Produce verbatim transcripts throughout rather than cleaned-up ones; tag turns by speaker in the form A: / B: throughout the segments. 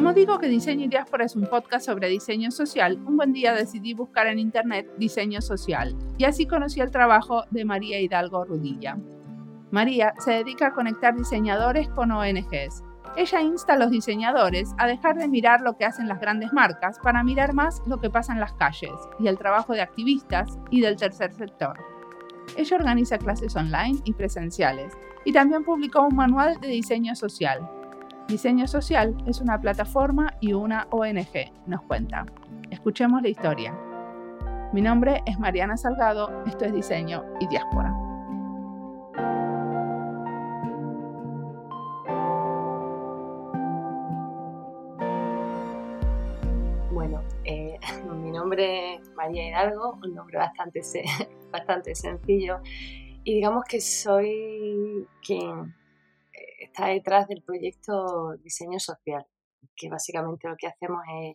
A: Como digo que Diseño y Diáspora es un podcast sobre diseño social, un buen día decidí buscar en internet diseño social y así conocí el trabajo de María Hidalgo Rudilla. María se dedica a conectar diseñadores con O N Ges. Ella insta a los diseñadores a dejar de mirar lo que hacen las grandes marcas para mirar más lo que pasa en las calles y el trabajo de activistas y del tercer sector. Ella organiza clases online y presenciales y también publicó un manual de diseño social. Diseño Social es una plataforma y una O N Ge, nos cuenta. Escuchemos la historia. Mi nombre es Mariana Salgado, esto es Diseño y Diáspora.
B: Bueno, eh, mi nombre es María Hidalgo, un nombre bastante, bastante sencillo y digamos que soy quien está detrás del proyecto Diseño Social, que básicamente lo que hacemos es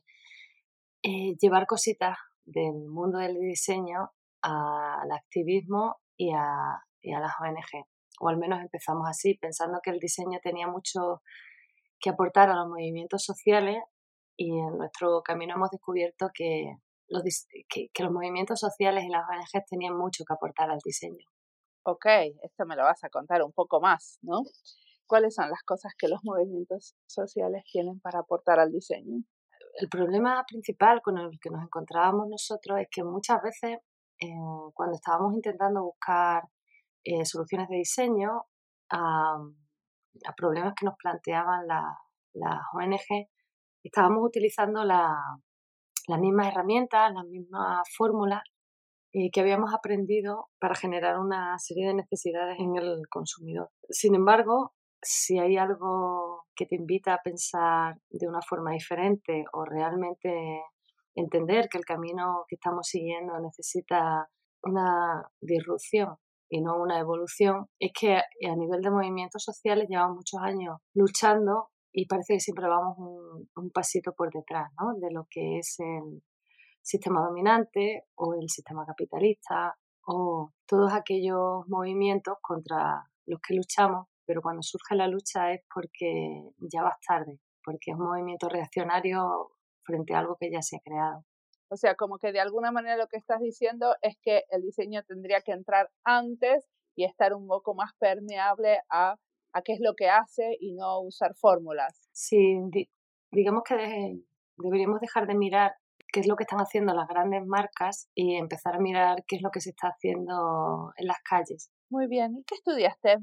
B: eh, llevar cositas del mundo del diseño al activismo y a, y a las O N Ge, o al menos empezamos así, pensando que el diseño tenía mucho que aportar a los movimientos sociales y en nuestro camino hemos descubierto que los, que, que los movimientos sociales y las O N Ge tenían mucho que aportar al diseño.
A: Ok, esto me lo vas a contar un poco más, ¿no? ¿Cuáles son las cosas que los movimientos sociales tienen para aportar al diseño?
B: El problema principal con el que nos encontrábamos nosotros es que muchas veces eh, cuando estábamos intentando buscar eh, soluciones de diseño a, a problemas que nos planteaban las la O N Ge, estábamos utilizando la, las mismas herramientas, las mismas fórmulas eh, que habíamos aprendido para generar una serie de necesidades en el consumidor. Sin embargo, si hay algo que te invita a pensar de una forma diferente o realmente entender que el camino que estamos siguiendo necesita una disrupción y no una evolución, es que a nivel de movimientos sociales llevamos muchos años luchando y parece que siempre vamos un, un pasito por detrás, ¿no?, de lo que es el sistema dominante o el sistema capitalista o todos aquellos movimientos contra los que luchamos, pero cuando surge la lucha es porque ya vas tarde, porque es un movimiento reaccionario frente a algo que ya se ha creado.
A: O sea, como que de alguna manera lo que estás diciendo es que el diseño tendría que entrar antes y estar un poco más permeable a, a qué es lo que hace y no usar fórmulas.
B: Sí, di- digamos que de, deberíamos dejar de mirar qué es lo que están haciendo las grandes marcas y empezar a mirar qué es lo que se está haciendo en las calles.
A: Muy bien, ¿y qué estudiaste?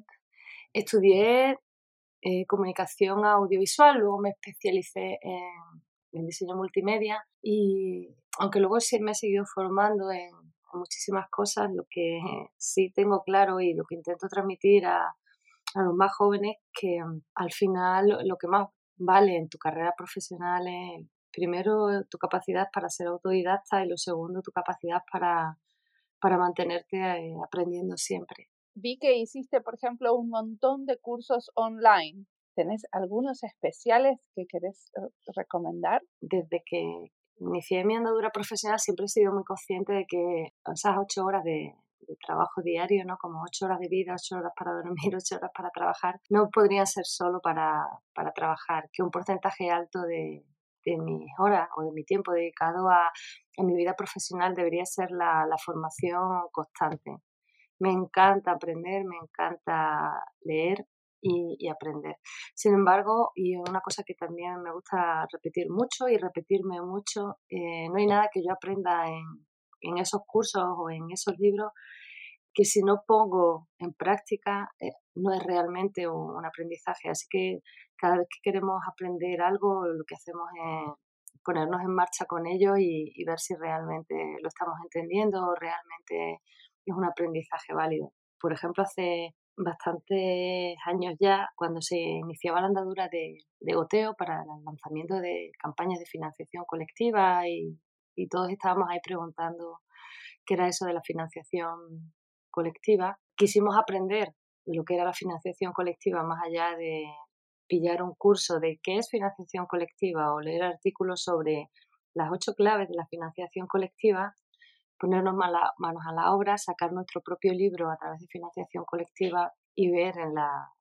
B: Estudié eh, comunicación audiovisual, luego me especialicé en, en diseño multimedia y aunque luego sí me he seguido formando en, en muchísimas cosas, lo que sí tengo claro y lo que intento transmitir a, a los más jóvenes que um, al final lo, lo que más vale en tu carrera profesional es primero tu capacidad para ser autodidacta y lo segundo tu capacidad para, para mantenerte eh, aprendiendo siempre.
A: Vi que hiciste, por ejemplo, un montón de cursos online. ¿Tenés algunos especiales que querés uh, recomendar?
B: Desde que inicié mi andadura profesional siempre he sido muy consciente de que esas ocho horas de, de trabajo diario, ¿no?, como ocho horas de vida, ocho horas para dormir, ocho horas para trabajar, no podrían ser solo para, para trabajar, que un porcentaje alto de, de mis horas o de mi tiempo dedicado a, a mi vida profesional debería ser la, la formación constante. Me encanta aprender, me encanta leer y, y aprender. Sin embargo, y una cosa que también me gusta repetir mucho y repetirme mucho, eh, no hay nada que yo aprenda en, en esos cursos o en esos libros que si no pongo en práctica eh, no es realmente un, un aprendizaje. Así que cada vez que queremos aprender algo, lo que hacemos es ponernos en marcha con ello y, y ver si realmente lo estamos entendiendo o realmente es un aprendizaje válido. Por ejemplo, hace bastantes años ya, cuando se iniciaba la andadura de, de goteo para el lanzamiento de campañas de financiación colectiva y, y todos estábamos ahí preguntando qué era eso de la financiación colectiva, quisimos aprender lo que era la financiación colectiva más allá de pillar un curso de qué es financiación colectiva o leer artículos sobre las ocho claves de la financiación colectiva, ponernos manos a la obra, sacar nuestro propio libro a través de financiación colectiva y ver en, la,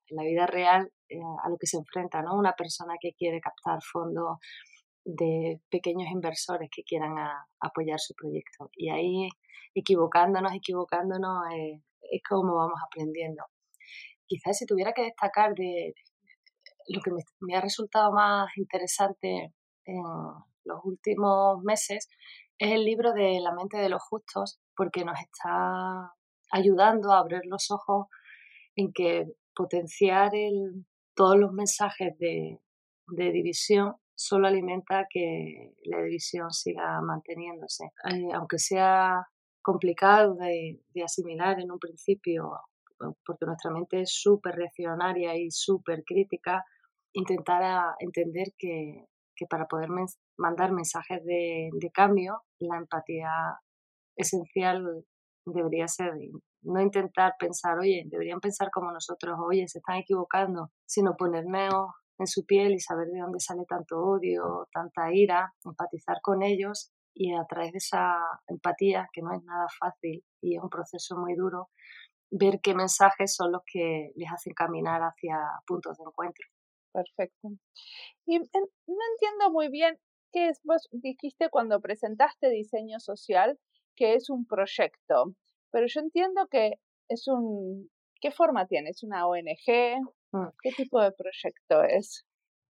B: en la vida real eh, a lo que se enfrenta, ¿no? Una persona que quiere captar fondos de pequeños inversores que quieran a, apoyar su proyecto. Y ahí, equivocándonos, equivocándonos, eh, es como vamos aprendiendo. Quizás si tuviera que destacar de lo que me, me ha resultado más interesante en los últimos meses, es el libro de La mente de los justos, porque nos está ayudando a abrir los ojos en que potenciar el, todos los mensajes de, de división solo alimenta que la división siga manteniéndose. Eh, aunque sea complicado de, de asimilar en un principio, porque nuestra mente es súper reaccionaria y súper crítica, intentar a entender que, que para poder mens- mandar mensajes de, de cambio, la empatía esencial debería ser no intentar pensar, oye, deberían pensar como nosotros, oye, se están equivocando, sino ponernos en su piel y saber de dónde sale tanto odio, tanta ira, empatizar con ellos y a través de esa empatía, que no es nada fácil y es un proceso muy duro, ver qué mensajes son los que les hacen caminar hacia puntos de encuentro.
A: Perfecto. Y en- no entiendo muy bien qué es, vos dijiste cuando presentaste diseño social que es un proyecto, pero yo entiendo que es un, ¿qué forma tiene? ¿Es una O N G?
B: Mm.
A: ¿Qué tipo de proyecto es?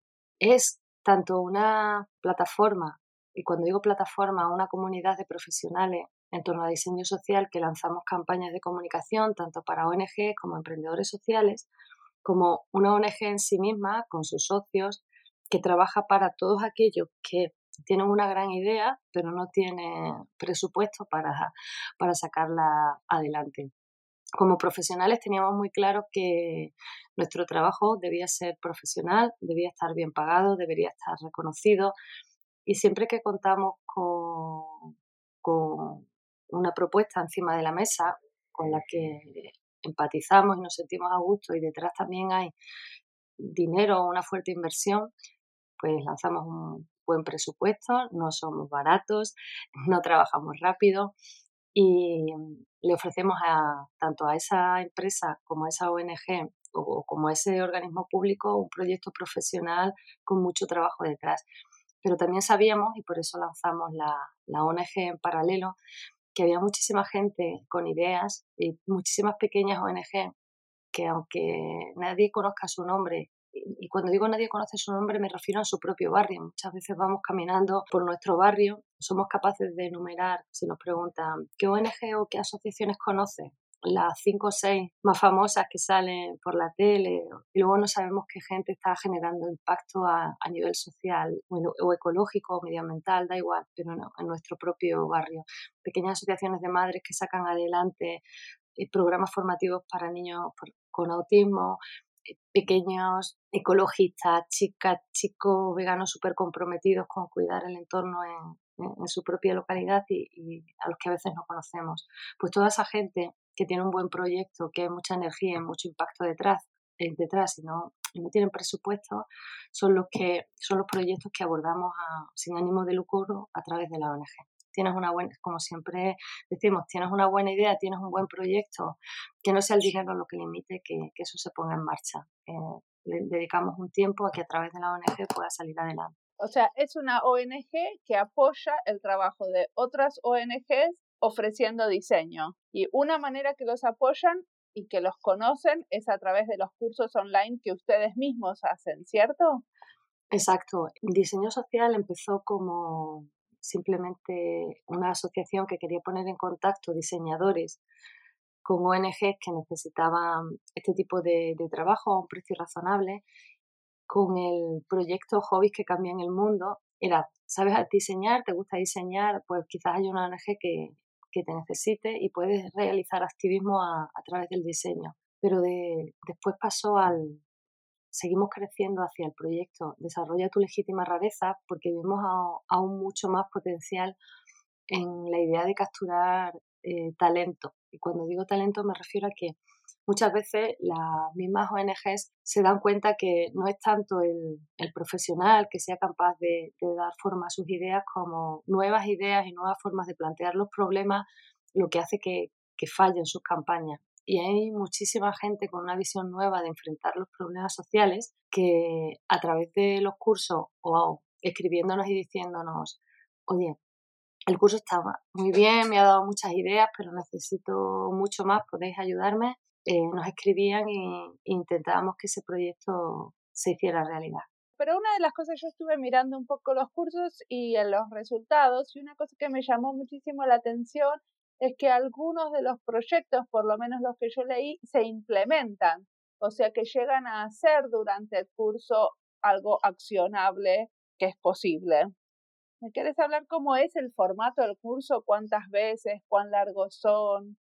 B: Es tanto una plataforma, y cuando digo plataforma, una comunidad de profesionales en torno a diseño social que lanzamos campañas de comunicación tanto para O N Ges como emprendedores sociales, como una O N Ge en sí misma, con sus socios, que trabaja para todos aquellos que tienen una gran idea, pero no tienen presupuesto para, para sacarla adelante. Como profesionales teníamos muy claro que nuestro trabajo debía ser profesional, debía estar bien pagado, debería estar reconocido y siempre que contamos con, con una propuesta encima de la mesa con la que empatizamos y nos sentimos a gusto y detrás también hay dinero o una fuerte inversión, pues lanzamos un buen presupuesto, no somos baratos, no trabajamos rápido y le ofrecemos a, tanto a esa empresa como a esa O N Ge o como a ese organismo público un proyecto profesional con mucho trabajo detrás. Pero también sabíamos, y por eso lanzamos la, la O N Ge en paralelo, que había muchísima gente con ideas y muchísimas pequeñas O N Ge que aunque nadie conozca su nombre, y cuando digo nadie conoce su nombre me refiero a su propio barrio. Muchas veces vamos caminando por nuestro barrio, somos capaces de enumerar, si nos preguntan qué O N Ge o qué asociaciones conoces, las cinco o seis más famosas que salen por la tele, y luego no sabemos qué gente está generando impacto a, a nivel social o, o ecológico o medioambiental, da igual, pero no, en nuestro propio barrio. Pequeñas asociaciones de madres que sacan adelante eh, programas formativos para niños por, con autismo, eh, pequeños ecologistas, chicas, chicos veganos súper comprometidos con cuidar el entorno en, en, en su propia localidad y, y a los que a veces no conocemos. Pues toda esa gente que tiene un buen proyecto, que hay mucha energía y mucho impacto detrás, eh, detrás y no, y no tienen presupuesto, son los que son los proyectos que abordamos a, sin ánimo de lucro a través de la O N Ge. Tienes una buena, como siempre decimos, tienes una buena idea, tienes un buen proyecto, que no sea el dinero lo que limite que, que eso se ponga en marcha. Eh, le dedicamos un tiempo a que a través de la O N Ge pueda salir adelante.
A: O sea, es una O N G que apoya el trabajo de otras O N Ges ofreciendo diseño. Y una manera que los apoyan y que los conocen es a través de los cursos online que ustedes mismos hacen, ¿cierto?
B: Exacto. Diseño social empezó como simplemente una asociación que quería poner en contacto diseñadores con O N Ges que necesitaban este tipo de, de trabajo a un precio razonable, con el proyecto Hobbies que cambian el mundo. Era, ¿sabes diseñar? ¿Te gusta diseñar? Pues quizás hay una O N Ge que, que te necesite y puedes realizar activismo a, a través del diseño. Pero de, después pasó al... Seguimos creciendo hacia el proyecto Desarrolla tu legítima rareza porque vimos a, aún mucho más potencial en la idea de capturar eh, talento. Y cuando digo talento me refiero a que muchas veces las mismas O N Ges se dan cuenta que no es tanto el, el profesional que sea capaz de, de dar forma a sus ideas como nuevas ideas y nuevas formas de plantear los problemas lo que hace que, que fallen sus campañas. y hay muchísima gente con una visión nueva de enfrentar los problemas sociales que a través de los cursos o escribiéndonos y diciéndonos, oye, el curso estaba muy bien, me ha dado muchas ideas, pero necesito mucho más, podéis ayudarme, eh, nos escribían y, e intentábamos que ese proyecto se hiciera realidad.
A: Pero una de las cosas, yo estuve mirando un poco los cursos y en los resultados, y una cosa que me llamó muchísimo la atención es que algunos de los proyectos, por lo menos los que yo leí, se implementan, o sea que llegan a hacer durante el curso algo accionable que es posible. ¿Me quieres hablar cómo es el formato del curso? ¿Cuántas veces? ¿Cuán largos son?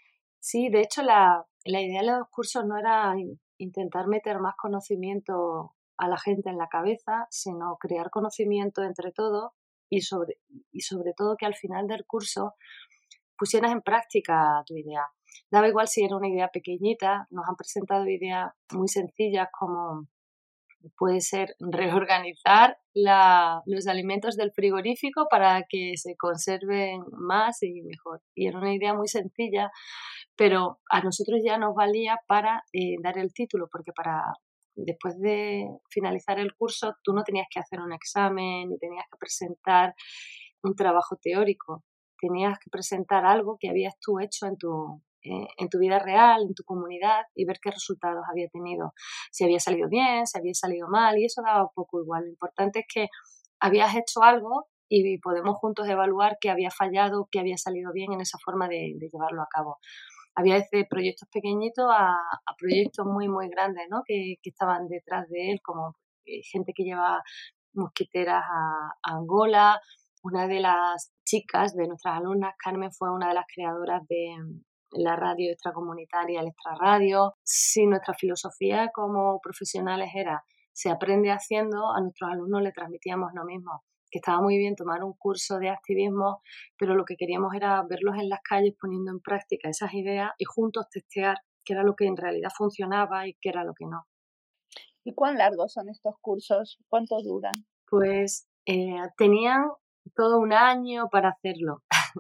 B: Sí, de hecho la, la idea de los cursos no era in- intentar meter más conocimiento a la gente en la cabeza, sino crear conocimiento entre todos y sobre, y sobre todo que al final del curso pusieras en práctica tu idea. Daba igual si era una idea pequeñita, nos han presentado ideas muy sencillas como puede ser reorganizar la, los alimentos del frigorífico para que se conserven más y mejor. Y era una idea muy sencilla, pero a nosotros ya nos valía para eh, dar el título, porque para después de finalizar el curso tú no tenías que hacer un examen ni tenías que presentar un trabajo teórico, tenías que presentar algo que habías tú hecho en tu, eh, en tu vida real, en tu comunidad y ver qué resultados había tenido, si había salido bien, si había salido mal, y eso daba un poco igual. Lo importante es que habías hecho algo y podemos juntos evaluar qué había fallado, qué había salido bien en esa forma de, de llevarlo a cabo. Había desde proyectos pequeñitos a, a proyectos muy, muy grandes, ¿no? que, que estaban detrás de él, como eh, gente que lleva mosquiteras a, a Angola. Una de las chicas de nuestras alumnas, Carmen, fue una de las creadoras de la radio extracomunitaria, el Extraradio. Si nuestra filosofía como profesionales era se aprende haciendo, a nuestros alumnos le transmitíamos lo mismo, que estaba muy bien tomar un curso de activismo, pero lo que queríamos era verlos en las calles poniendo en práctica esas ideas y juntos testear qué era lo que en realidad funcionaba y qué era lo que no.
A: ¿Y cuán largos son estos cursos? ¿Cuánto duran?
B: Pues eh, tenían todo un año para hacerlo.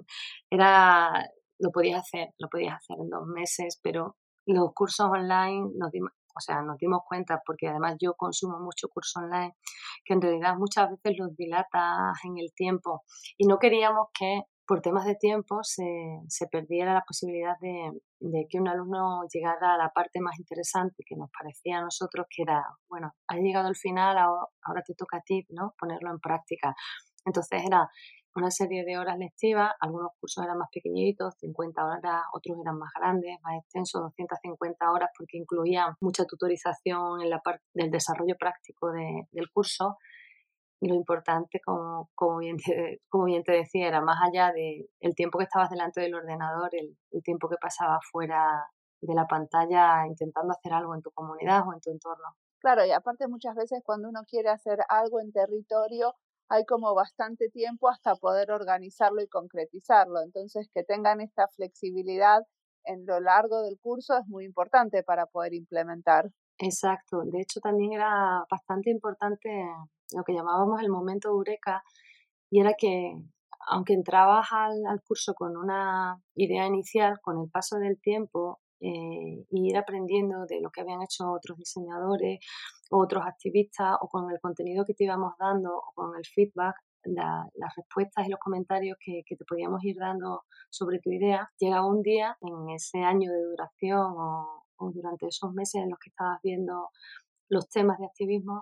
B: Era, lo podías hacer, lo podías hacer en dos meses, pero los cursos online nos dimos, o sea, nos dimos cuenta, porque además yo consumo mucho curso online, que en realidad muchas veces los dilatas en el tiempo y no queríamos que por temas de tiempo se, se perdiera la posibilidad de, de que un alumno llegara a la parte más interesante que nos parecía a nosotros, que era, bueno, ha llegado el final, ahora, ahora te toca a ti, ¿no? Ponerlo en práctica. Entonces era una serie de horas lectivas, algunos cursos eran más pequeñitos, cincuenta horas, otros eran más grandes, más extensos, doscientas cincuenta horas, porque incluían mucha tutorización en la parte del desarrollo práctico de, del curso. Y lo importante, como, como, bien te, como bien te decía, era más allá del tiempo que estabas delante del ordenador, el, el tiempo que pasabas fuera de la pantalla intentando hacer algo en tu comunidad o en tu entorno.
A: Claro, y aparte muchas veces cuando uno quiere hacer algo en territorio, hay como bastante tiempo hasta poder organizarlo y concretizarlo. Entonces, que tengan esta flexibilidad en lo largo del curso es muy importante para poder implementar.
B: Exacto. De hecho, también era bastante importante lo que llamábamos el momento eureka, y era que, aunque entrabas al, al curso con una idea inicial, con el paso del tiempo, eh, ir aprendiendo de lo que habían hecho otros diseñadores o otros activistas, o con el contenido que te íbamos dando, o con el feedback, la- las respuestas y los comentarios que, que te podíamos ir dando sobre tu idea, llegaba un día en ese año de duración o, o durante esos meses en los que estabas viendo los temas de activismo,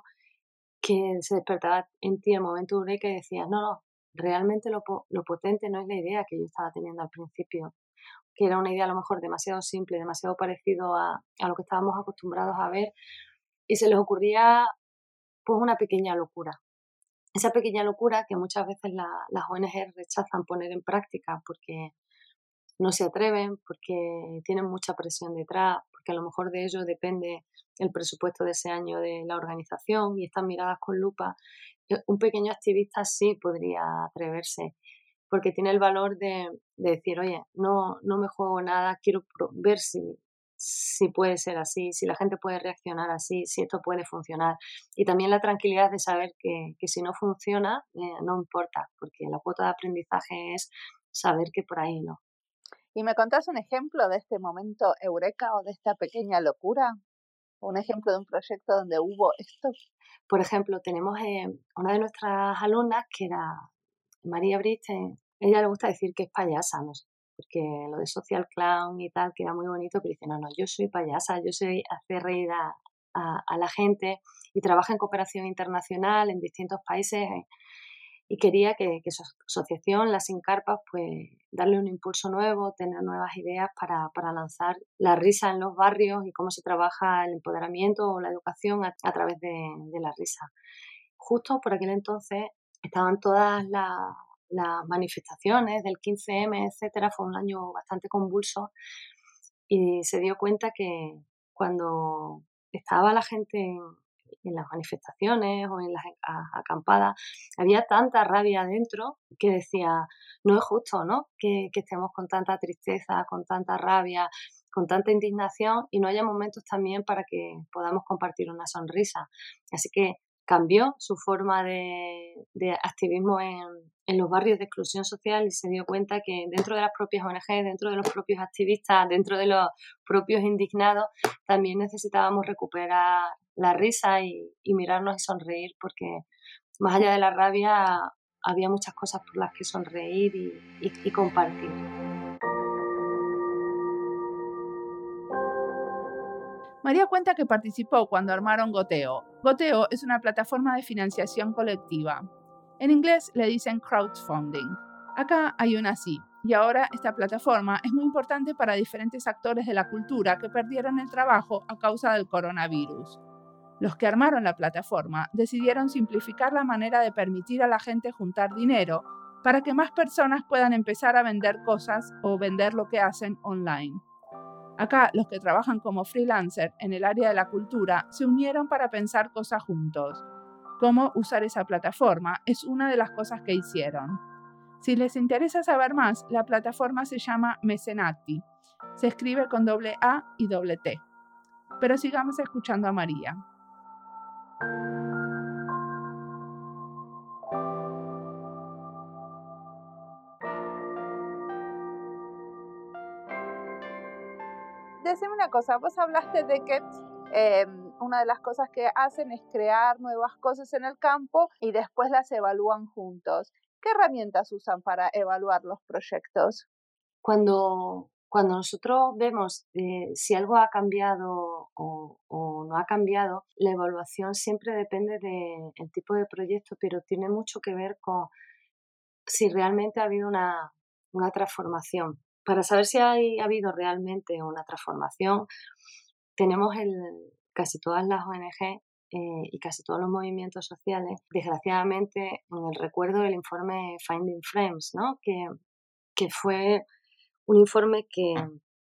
B: que se despertaba en ti el momento eureka y decías, no, no, realmente lo, po- lo potente no es la idea que yo estaba teniendo al principio, que era una idea a lo mejor demasiado simple, demasiado parecido a, a lo que estábamos acostumbrados a ver, y se les ocurría pues una pequeña locura. Esa pequeña locura que muchas veces la- las O N G rechazan poner en práctica porque no se atreven, porque tienen mucha presión detrás, porque a lo mejor de ello depende el presupuesto de ese año de la organización y están miradas con lupa. Eh, Un pequeño activista sí podría atreverse, porque tiene el valor de, de decir, oye, no, no me juego nada, quiero pro- ver si, si puede ser así, si la gente puede reaccionar así, si esto puede funcionar. Y también la tranquilidad de saber que, que si no funciona, eh, no importa, porque la cuota de aprendizaje es saber que por ahí no.
A: ¿Y me contás un ejemplo de este momento eureka o de esta pequeña locura? ¿Un ejemplo de un proyecto donde hubo esto?
B: Por ejemplo, tenemos eh, una de nuestras alumnas que era María Briste. Ella le gusta decir que es payasa, no sé, porque lo de social clown y tal queda muy bonito, pero dice, no, no, yo soy payasa, yo soy hacer reír a, a, a la gente y trabaja en cooperación internacional en distintos países eh, y quería que, que su asociación, Las Sin Carpas, pues darle un impulso nuevo, tener nuevas ideas para, para lanzar la risa en los barrios y cómo se trabaja el empoderamiento o la educación a, a través de, de la risa. Justo por aquel entonces estaban todas las, las manifestaciones del quince eme, etcétera, fue un año bastante convulso y se dio cuenta que cuando estaba la gente en, en las manifestaciones o en las a- acampadas, había tanta rabia adentro que decía, no es justo, ¿no? Que, que estemos con tanta tristeza, con tanta rabia, con tanta indignación y no haya momentos también para que podamos compartir una sonrisa. Así que cambió su forma de, de activismo en, en los barrios de exclusión social y se dio cuenta que dentro de las propias O N Ge, dentro de los propios activistas, dentro de los propios indignados, también necesitábamos recuperar la risa y, y mirarnos y sonreír, porque más allá de la rabia había muchas cosas por las que sonreír y, y, y compartir.
A: María cuenta que participó cuando armaron Goteo. Goteo es una plataforma de financiación colectiva. En inglés le dicen crowdfunding. Acá hay una así, y ahora esta plataforma es muy importante para diferentes actores de la cultura que perdieron el trabajo a causa del coronavirus. Los que armaron la plataforma decidieron simplificar la manera de permitir a la gente juntar dinero para que más personas puedan empezar a vender cosas o vender lo que hacen online. Acá, los que trabajan como freelancer en el área de la cultura se unieron para pensar cosas juntos. Cómo usar esa plataforma es una de las cosas que hicieron. Si les interesa saber más, la plataforma se llama Mecenati. Se escribe con doble A y doble T. Pero sigamos escuchando a María. Decime una cosa, vos hablaste de que eh, una de las cosas que hacen es crear nuevas cosas en el campo y después las evalúan juntos. ¿Qué herramientas usan para evaluar los proyectos?
B: Cuando, cuando nosotros vemos eh, si algo ha cambiado o, o no ha cambiado, la evaluación siempre depende del tipo de proyecto, pero tiene mucho que ver con si realmente ha habido una, una transformación. Para saber si hay, ha habido realmente una transformación, tenemos el, casi todas las O N Ge eh, y casi todos los movimientos sociales, desgraciadamente, en el recuerdo del informe Finding Frames, ¿no? que, que fue un informe que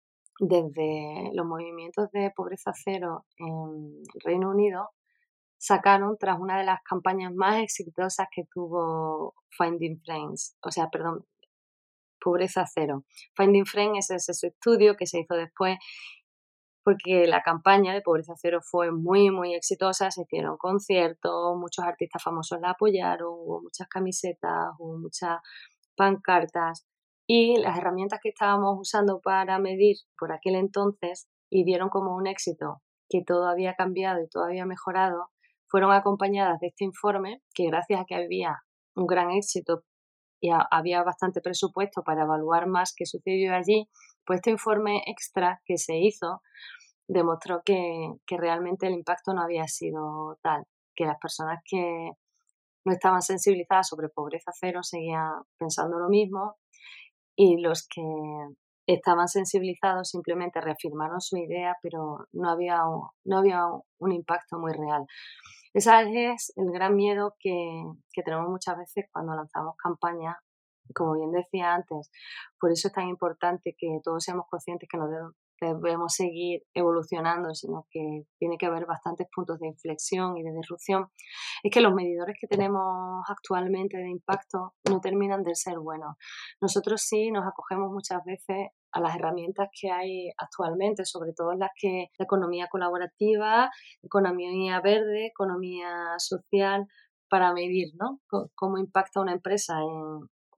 B: desde los movimientos de pobreza cero en Reino Unido sacaron tras una de las campañas más exitosas que tuvo Finding Friends, o sea, perdón, Pobreza Cero. Finding Friends es ese estudio que se hizo después porque la campaña de Pobreza Cero fue muy, muy exitosa, se hicieron conciertos, muchos artistas famosos la apoyaron, hubo muchas camisetas, hubo muchas pancartas y las herramientas que estábamos usando para medir por aquel entonces y dieron como un éxito que todo había cambiado y todo había mejorado, fueron acompañadas de este informe que gracias a que había un gran éxito y a, había bastante presupuesto para evaluar más qué sucedió allí, pues este informe extra que se hizo demostró que, que realmente el impacto no había sido tal, que las personas que no estaban sensibilizadas sobre pobreza cero seguían pensando lo mismo y los que estaban sensibilizados simplemente reafirmaron su idea, pero no había, no había un impacto muy real. Ese es el gran miedo que, que tenemos muchas veces cuando lanzamos campañas, como bien decía antes. Por eso es tan importante que todos seamos conscientes que no debemos seguir evolucionando, sino que tiene que haber bastantes puntos de inflexión y de disrupción. Es que los medidores que tenemos actualmente de impacto no terminan de ser buenos. Nosotros sí nos acogemos muchas veces a las herramientas que hay actualmente, sobre todo las que la economía colaborativa, economía verde, economía social, para medir, ¿no?, cómo impacta una empresa en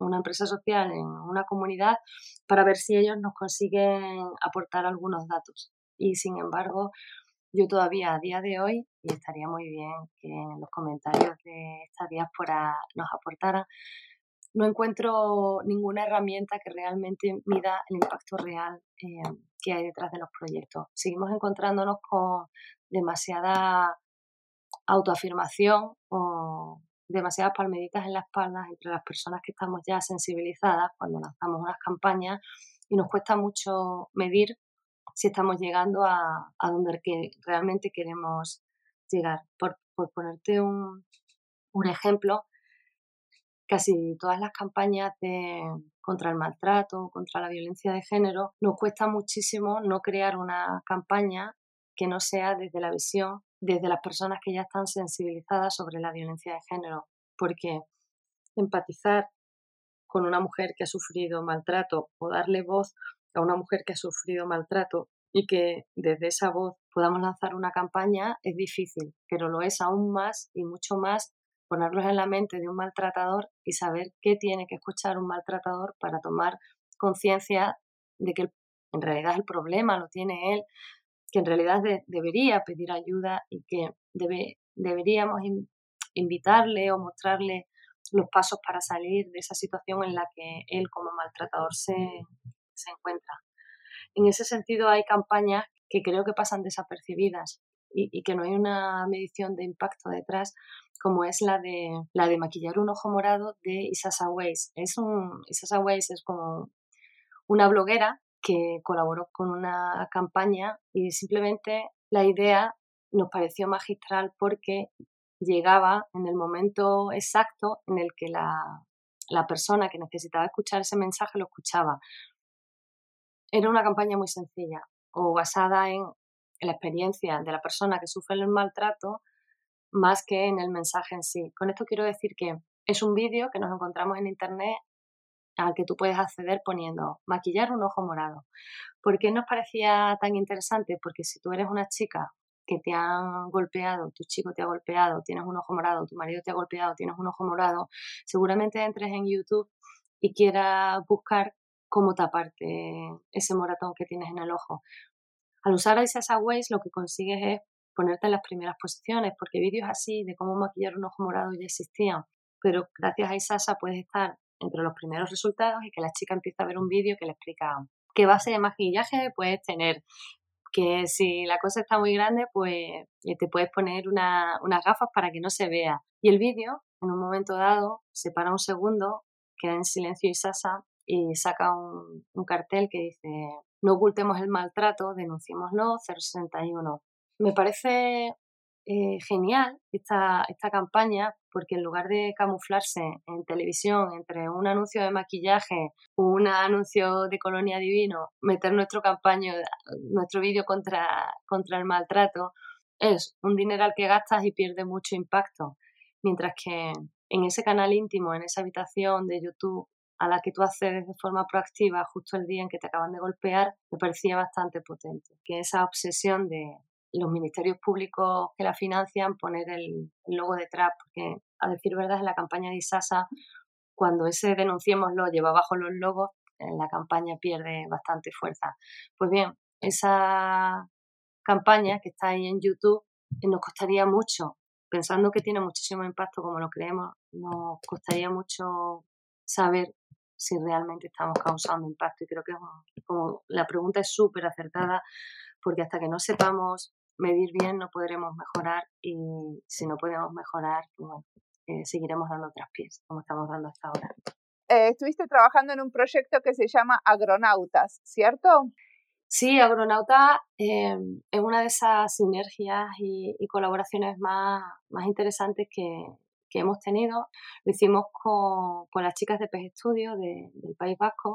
B: una empresa social en una comunidad para ver si ellos nos consiguen aportar algunos datos. Y sin embargo, yo todavía a día de hoy, y estaría muy bien que en los comentarios de esta diáspora nos aportaran, no encuentro ninguna herramienta que realmente mida el impacto real eh, que hay detrás de los proyectos. Seguimos encontrándonos con demasiada autoafirmación o demasiadas palmaditas en la espalda entre las personas que estamos ya sensibilizadas cuando lanzamos unas campañas, y nos cuesta mucho medir si estamos llegando a, a donde que realmente queremos llegar. Por, por ponerte un, un ejemplo, casi todas las campañas de, contra el maltrato, contra la violencia de género, nos cuesta muchísimo no crear una campaña que no sea desde la visión, desde las personas que ya están sensibilizadas sobre la violencia de género, porque empatizar con una mujer que ha sufrido maltrato o darle voz a una mujer que ha sufrido maltrato y que desde esa voz podamos lanzar una campaña es difícil, pero lo es aún más y mucho más ponerlos en la mente de un maltratador y saber qué tiene que escuchar un maltratador para tomar conciencia de que en realidad el problema lo tiene él, que en realidad de, debería pedir ayuda y que debe, deberíamos in, invitarle o mostrarle los pasos para salir de esa situación en la que él como maltratador se, se encuentra. En ese sentido hay campañas que creo que pasan desapercibidas y, y que no hay una medición de impacto detrás, como es la de, la de maquillar un ojo morado de Isasa Weiss. Es un, Isasa Weiss es como una bloguera que colaboró con una campaña y simplemente la idea nos pareció magistral porque llegaba en el momento exacto en el que la, la persona que necesitaba escuchar ese mensaje lo escuchaba. Era una campaña muy sencilla o basada en, en la experiencia de la persona que sufre el maltrato más que en el mensaje en sí. Con esto quiero decir que es un vídeo que nos encontramos en internet al que tú puedes acceder poniendo maquillar un ojo morado. ¿Por qué nos parecía tan interesante? Porque si tú eres una chica que te han golpeado, tu chico te ha golpeado, tienes un ojo morado, tu marido te ha golpeado, tienes un ojo morado, seguramente entres en YouTube y quieras buscar cómo taparte ese moratón que tienes en el ojo. Al usar a Isasa Weiss lo que consigues es ponerte en las primeras posiciones, porque vídeos así de cómo maquillar un ojo morado ya existían, pero gracias a Isasa puedes estar entre los primeros resultados y que la chica empieza a ver un vídeo que le explica qué base de maquillaje puedes tener, que si la cosa está muy grande, pues te puedes poner una, unas gafas para que no se vea. Y el vídeo, en un momento dado, se para un segundo, queda en silencio Isasa y saca un, un cartel que dice no ocultemos el maltrato, denunciémoslo, cero sesenta y uno. Me parece eh, genial esta, esta campaña porque en lugar de camuflarse en televisión entre un anuncio de maquillaje o un anuncio de Colonia Divino, meter nuestro campaña, nuestro vídeo contra, contra el maltrato, es un dineral que gastas y pierde mucho impacto. Mientras que en ese canal íntimo, en esa habitación de YouTube a la que tú accedes de forma proactiva justo el día en que te acaban de golpear, me parecía bastante potente. Que esa obsesión de los ministerios públicos que la financian poner el, el logo detrás, porque a decir verdad en la campaña de Isasa, cuando ese denunciémoslo lleva abajo los logos, la campaña pierde bastante fuerza. Pues bien, esa campaña que está ahí en YouTube nos costaría mucho, pensando que tiene muchísimo impacto como lo creemos, nos costaría mucho saber si realmente estamos causando impacto. Y creo que como la pregunta es súper acertada, porque hasta que no sepamos medir bien no podremos mejorar, y si no podemos mejorar, pues bueno, eh, seguiremos dando traspiés como estamos dando hasta ahora.
A: Eh, estuviste trabajando en un proyecto que se llama Agronautas, ¿cierto?
B: Sí, Agronautas eh, es una de esas sinergias y, y colaboraciones más, más interesantes que, que hemos tenido. Lo hicimos con, con las chicas de P E S Studio de, del País Vasco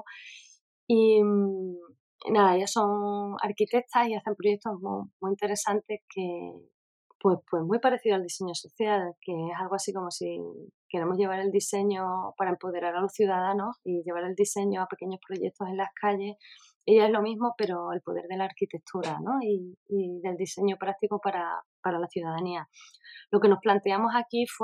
B: y nada, ellas son arquitectas y hacen proyectos muy, muy interesantes que, pues, pues muy parecido al diseño social, que es algo así como si queremos llevar el diseño para empoderar a los ciudadanos y llevar el diseño a pequeños proyectos en las calles. Ella es lo mismo, pero el poder de la arquitectura, ¿no? y, y del diseño práctico para, para la ciudadanía. Lo que nos planteamos aquí fue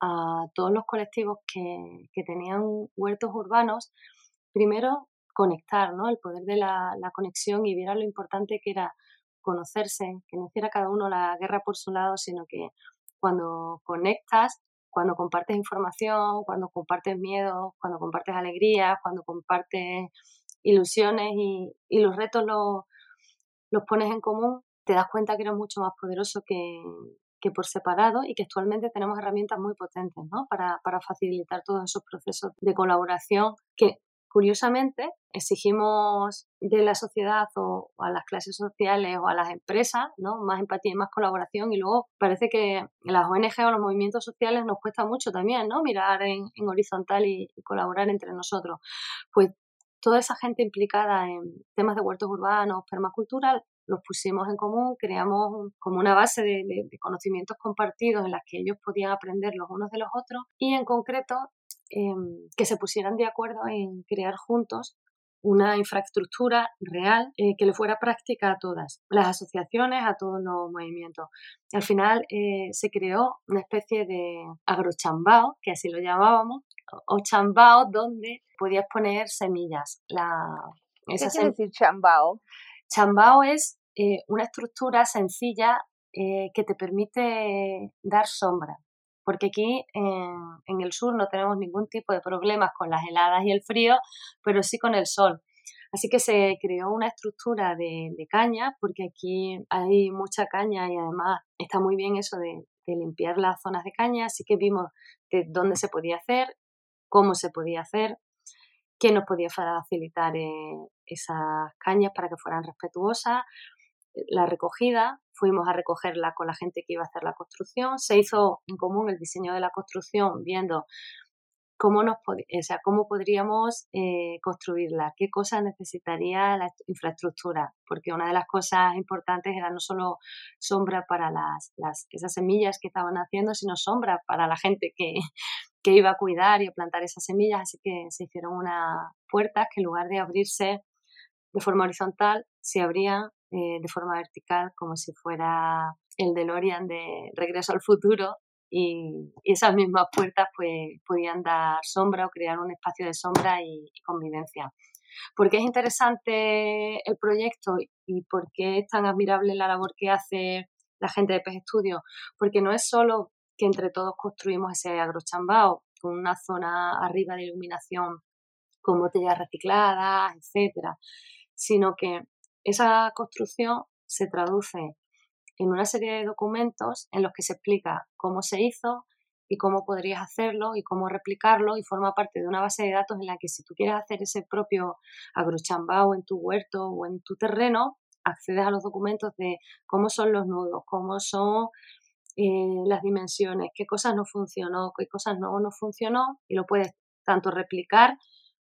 B: a todos los colectivos que, que tenían huertos urbanos, primero conectar, ¿no? El poder de la, la conexión, y viera lo importante que era conocerse, que no hiciera cada uno la guerra por su lado, sino que cuando conectas, cuando compartes información, cuando compartes miedos, cuando compartes alegrías, cuando compartes ilusiones y, y los retos los, los pones en común, te das cuenta que eres mucho más poderoso que, que por separado, y que actualmente tenemos herramientas muy potentes, ¿no? para, para facilitar todos esos procesos de colaboración que, curiosamente, exigimos de la sociedad o a las clases sociales o a las empresas, ¿no? Más empatía y más colaboración, y luego parece que las O N G o los movimientos sociales nos cuesta mucho también, ¿no? Mirar en, en horizontal y, y colaborar entre nosotros. Pues toda esa gente implicada en temas de huertos urbanos, permacultura, los pusimos en común, creamos como una base de, de, de conocimientos compartidos en las que ellos podían aprender los unos de los otros, y en concreto eh, que se pusieran de acuerdo en crear juntos una infraestructura real eh, que le fuera práctica a todas las asociaciones, a todos los movimientos. Al final eh, se creó una especie de agrochambao, que así lo llamábamos, o chambao, donde podías poner semillas. La,
A: ¿Qué quiere sem- decir chambao?
B: Chambao es eh, una estructura sencilla eh, que te permite dar sombra, porque aquí en, en el sur no tenemos ningún tipo de problemas con las heladas y el frío, pero sí con el sol. Así que se creó una estructura de, de caña, porque aquí hay mucha caña y además está muy bien eso de, de limpiar las zonas de caña, así que vimos de dónde se podía hacer, cómo se podía hacer, qué nos podía facilitar eh, esas cañas para que fueran respetuosas. La recogida, fuimos a recogerla con la gente que iba a hacer la construcción, se hizo en común el diseño de la construcción viendo cómo, nos pod- o sea, cómo podríamos eh, construirla, qué cosas necesitaría la infraestructura, porque una de las cosas importantes era no solo sombra para las, las, esas semillas que estaban haciendo, sino sombra para la gente que, que iba a cuidar y a plantar esas semillas, así que se hicieron unas puertas que en lugar de abrirse de forma horizontal, se abrían eh, de forma vertical, como si fuera el DeLorean de Regreso al Futuro, y, y esas mismas puertas pues podían dar sombra o crear un espacio de sombra y, y convivencia. ¿Por qué es interesante el proyecto y por qué es tan admirable la labor que hace la gente de P E G Studio? Porque no es solo que entre todos construimos ese agrochambao con una zona arriba de iluminación con botellas recicladas, etcétera, sino que esa construcción se traduce en una serie de documentos en los que se explica cómo se hizo y cómo podrías hacerlo y cómo replicarlo, y forma parte de una base de datos en la que si tú quieres hacer ese propio agrochambao en tu huerto o en tu terreno, accedes a los documentos de cómo son los nudos, cómo son eh, las dimensiones, qué cosas no funcionó, qué cosas no, no funcionó, y lo puedes tanto replicar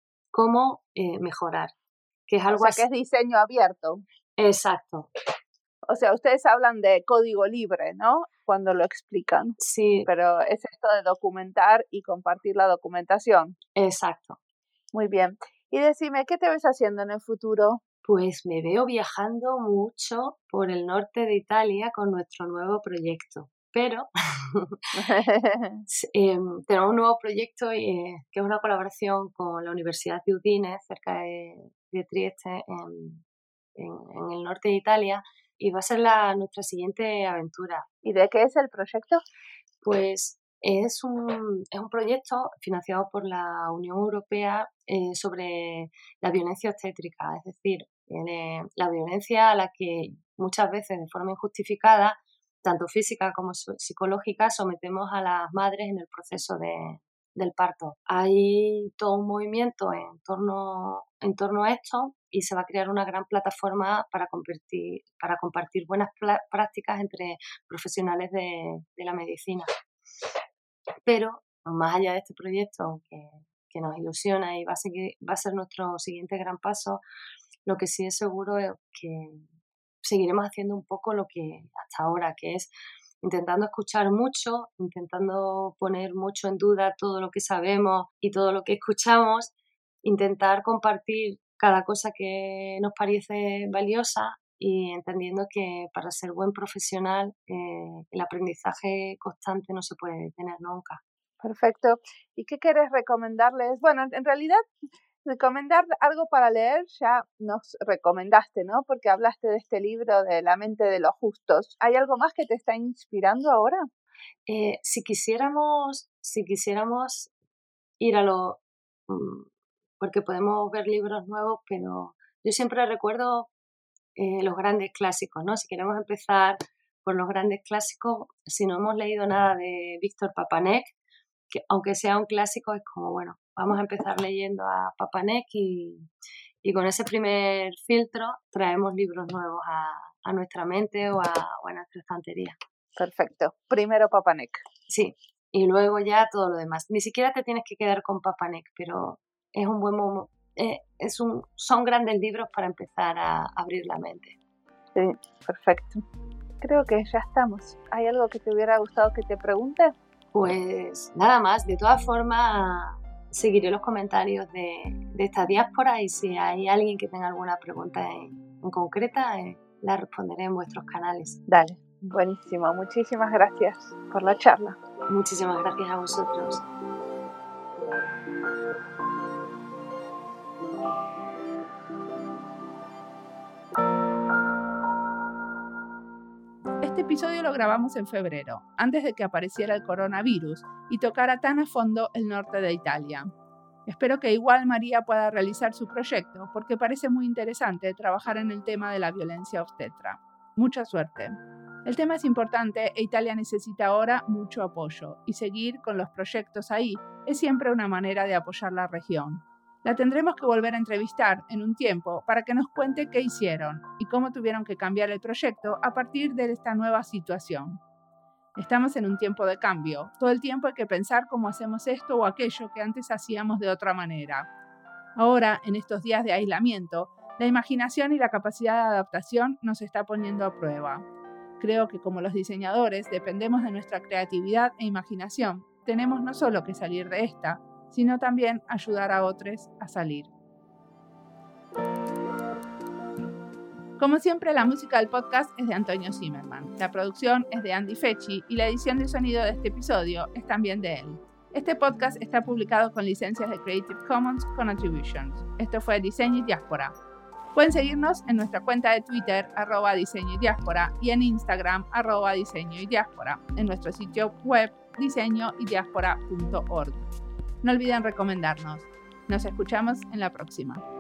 B: como eh, mejorar, que es algo
A: O sea,
B: así.
A: que es diseño abierto.
B: Exacto.
A: O sea, ustedes hablan de código libre, ¿no? Cuando lo explican.
B: Sí.
A: Pero es esto de documentar y compartir la documentación.
B: Exacto.
A: Muy bien. Y decime, ¿qué te ves haciendo en el futuro?
B: Pues me veo viajando mucho por el norte de Italia con nuestro nuevo proyecto. Pero eh, tenemos un nuevo proyecto eh, que es una colaboración con la Universidad de Udine, cerca de, de Trieste, en, en, en el norte de Italia, y va a ser la, nuestra siguiente aventura.
A: ¿Y de qué es el proyecto?
B: Pues es un, es un proyecto financiado por la Unión Europea eh, sobre la violencia obstétrica, es decir, eh, la violencia a la que muchas veces de forma injustificada, tanto física como psicológica, sometemos a las madres en el proceso de, del parto. Hay todo un movimiento en torno, en torno a esto, y se va a crear una gran plataforma para compartir, para compartir buenas prácticas entre profesionales de, de la medicina. Pero más allá de este proyecto que, que nos ilusiona y va a, seguir, va a ser nuestro siguiente gran paso, lo que sí es seguro es que seguiremos haciendo un poco lo que hasta ahora, que es intentando escuchar mucho, intentando poner mucho en duda todo lo que sabemos y todo lo que escuchamos, intentar compartir cada cosa que nos parece valiosa, y entendiendo que para ser buen profesional eh, el aprendizaje constante no se puede detener nunca.
A: Perfecto. ¿Y qué querés recomendarles? Bueno, en realidad, recomendar algo para leer ya nos recomendaste, ¿no? Porque hablaste de este libro de La mente de los justos. ¿Hay algo más que te está inspirando ahora?
B: Eh, si quisiéramos, si quisiéramos ir a lo... porque podemos ver libros nuevos, pero yo siempre recuerdo eh, los grandes clásicos, ¿no? Si queremos empezar por los grandes clásicos, si no hemos leído nada de Víctor Papanek, que aunque sea un clásico, es como, bueno, vamos a empezar leyendo a Papanek y, y con ese primer filtro traemos libros nuevos a, a nuestra mente o a, o a nuestra estantería.
A: Perfecto. Primero Papanek.
B: Sí, y luego ya todo lo demás. Ni siquiera te tienes que quedar con Papanek, pero es un buen momento. Eh, es un, son grandes libros para empezar a abrir la mente.
A: Sí, perfecto. Creo que ya estamos. ¿Hay algo que te hubiera gustado que te pregunte?
B: Pues nada más. De todas formas, seguiré los comentarios de, de esta diáspora y si hay alguien que tenga alguna pregunta en, en concreta, eh, la responderé en vuestros canales.
A: Dale, buenísimo. Muchísimas gracias por la charla.
B: Muchísimas gracias a vosotros.
A: Este episodio lo grabamos en febrero, antes de que apareciera el coronavirus y tocara tan a fondo el norte de Italia. Espero que igual María pueda realizar su proyecto, porque parece muy interesante trabajar en el tema de la violencia obstetra. Mucha suerte. El tema es importante e Italia necesita ahora mucho apoyo, y seguir con los proyectos ahí es siempre una manera de apoyar la región. La tendremos que volver a entrevistar en un tiempo para que nos cuente qué hicieron y cómo tuvieron que cambiar el proyecto a partir de esta nueva situación. Estamos en un tiempo de cambio. Todo el tiempo hay que pensar cómo hacemos esto o aquello que antes hacíamos de otra manera. Ahora, en estos días de aislamiento, la imaginación y la capacidad de adaptación nos está poniendo a prueba. Creo que como los diseñadores dependemos de nuestra creatividad e imaginación, tenemos no solo que salir de esta, sino también ayudar a otros a salir. Como siempre, la música del podcast es de Antonio Zimmerman, la producción es de Andy Fecci y la edición de sonido de este episodio es también de él. Este podcast está publicado con licencias de Creative Commons con Attributions. Esto fue Diseño y Diáspora. Pueden seguirnos en nuestra cuenta de Twitter, arroba diseño y diáspora, y en Instagram, arroba diseño y diáspora, en nuestro sitio web diseño y diáspora punto org. No olviden recomendarnos. Nos escuchamos en la próxima.